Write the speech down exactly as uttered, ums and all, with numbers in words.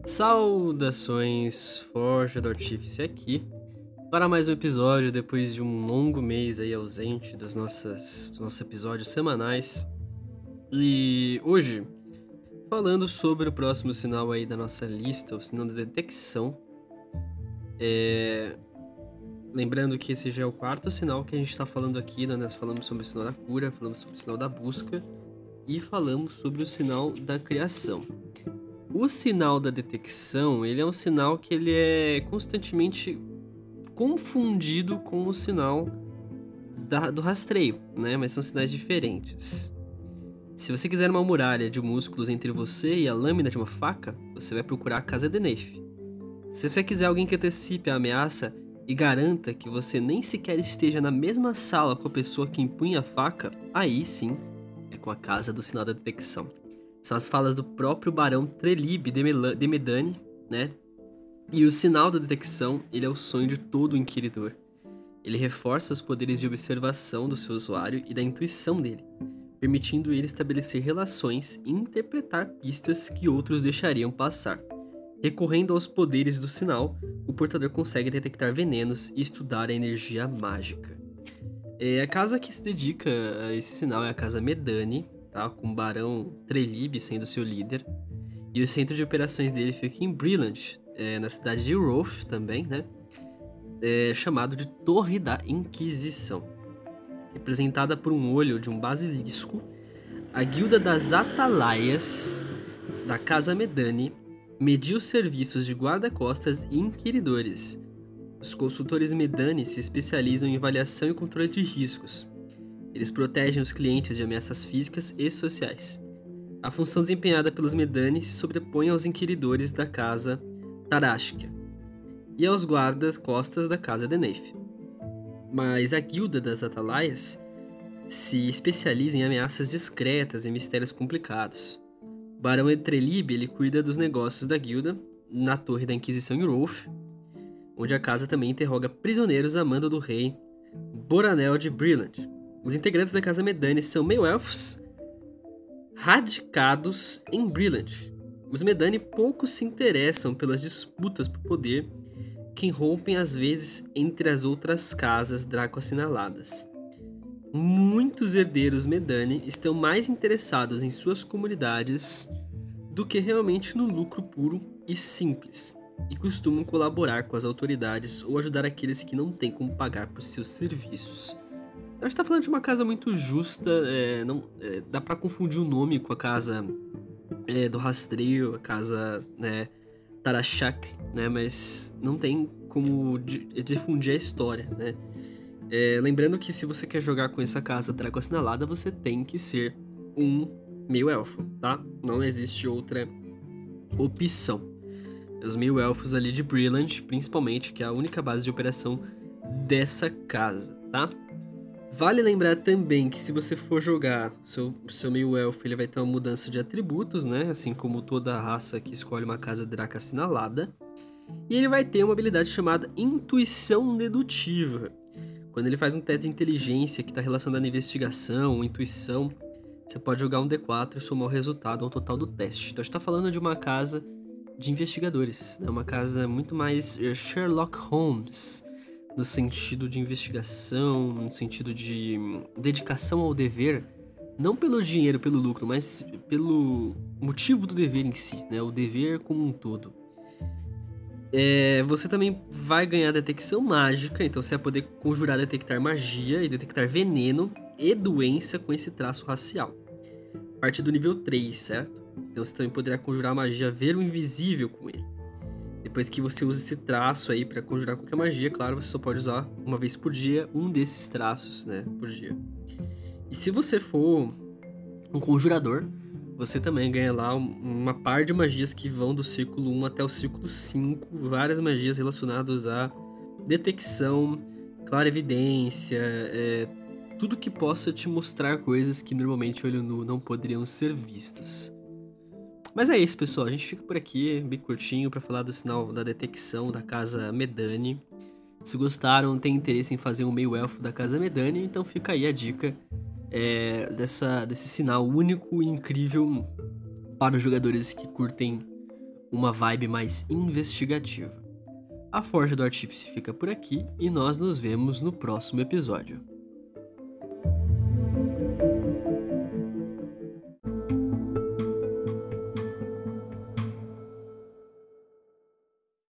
Saudações, Forja do Artífice aqui, para mais um episódio depois de um longo mês aí ausente dos, nossas, dos nossos episódios semanais. E hoje, falando sobre o próximo sinal aí da nossa lista, o sinal da detecção. É... Lembrando que esse já é o quarto sinal que a gente está falando aqui, né? Nós falamos sobre o sinal da cura, falamos sobre o sinal da busca e falamos sobre o sinal da criação. O sinal da detecção, ele é um sinal que ele é constantemente confundido com o sinal da, do rastreio, né? Mas são sinais diferentes. Se você quiser uma muralha de músculos entre você e a lâmina de uma faca, você vai procurar a casa de Neif. Se você quiser alguém que antecipe a ameaça e garanta que você nem sequer esteja na mesma sala com a pessoa que empunha a faca, aí sim é com a casa do sinal da detecção. São as falas do próprio Barão Trelib de Medani, né? E o sinal da detecção, ele é o sonho de todo inquiridor. Ele reforça os poderes de observação do seu usuário e da intuição dele, permitindo ele estabelecer relações e interpretar pistas que outros deixariam passar. Recorrendo aos poderes do sinal, o portador consegue detectar venenos e estudar a energia mágica. É, a casa que se dedica a esse sinal é a Casa Medani, tá? Com o Barão Trelib sendo seu líder. E o centro de operações dele fica em Brilliant, é, na cidade de Roth também, né? É, chamado de Torre da Inquisição. Representada por um olho de um basilisco, a Guilda das Atalaias da Casa Medani mediu os serviços de guarda-costas e inquiridores. Os consultores Medani se especializam em avaliação e controle de riscos. Eles protegem os clientes de ameaças físicas e sociais. A função desempenhada pelos Medani se sobrepõe aos inquiridores da Casa Tarashka e aos guardas-costas da Casa de Neif. Mas a Guilda das Atalaias se especializa em ameaças discretas e mistérios complicados. O Barão Trelib, ele cuida dos negócios da guilda na Torre da Inquisição em Roth, onde a casa também interroga prisioneiros a mando do rei Boranel de Brilliant. Os integrantes da Casa Medani são meio-elfos radicados em Brilliant. Os Medani pouco se interessam pelas disputas por poder que rompem às vezes entre as outras casas Draco-assinaladas. Muitos herdeiros Medani estão mais interessados em suas comunidades do que realmente no lucro puro e simples, e costumam colaborar com as autoridades ou ajudar aqueles que não têm como pagar por seus serviços. A gente tá falando de uma casa muito justa, é, não, é, dá pra confundir o nome com a casa é, do rastreio, a casa, né, Tarashak, né, mas não tem como difundir a história, né. É, lembrando que se você quer jogar com essa casa Draco Assinalada, você tem que ser um meio-elfo, tá? Não existe outra opção. Os meio-elfos ali de Brilliant, principalmente, que é a única base de operação dessa casa, tá? Vale lembrar também que se você for jogar o seu, seu meio-elfo, ele vai ter uma mudança de atributos, né? Assim como toda raça que escolhe uma casa Draco Assinalada. E ele vai ter uma habilidade chamada Intuição Dedutiva. Quando ele faz um teste de inteligência que está relacionado à investigação, intuição, você pode jogar um D quatro e somar o resultado ao total do teste. Então a gente está falando de uma casa de investigadores, né? Uma casa muito mais Sherlock Holmes, no sentido de investigação, no sentido de dedicação ao dever, não pelo dinheiro, pelo lucro, mas pelo motivo do dever em si, né? O dever como um todo. É, você também vai ganhar detecção mágica, então você vai poder conjurar, detectar magia e detectar veneno e doença com esse traço racial. A partir do nível três, certo? Então você também poderá conjurar magia ver o invisível com ele. Depois que você usa esse traço aí para conjurar qualquer magia, claro, você só pode usar uma vez por dia um desses traços, né, por dia. E se você for um conjurador, você também ganha lá uma par de magias que vão do círculo um até o círculo cinco, várias magias relacionadas à detecção, clarividência, é, tudo que possa te mostrar coisas que normalmente olho nu não poderiam ser vistas. Mas é isso, pessoal, a gente fica por aqui, bem curtinho, para falar do sinal da detecção da Casa Medani. Se gostaram, tem interesse em fazer um meio-elfo da Casa Medani, então fica aí a dica é, dessa, desse sinal único e incrível para os jogadores que curtem uma vibe mais investigativa. A Forja do Artífice fica por aqui e nós nos vemos no próximo episódio.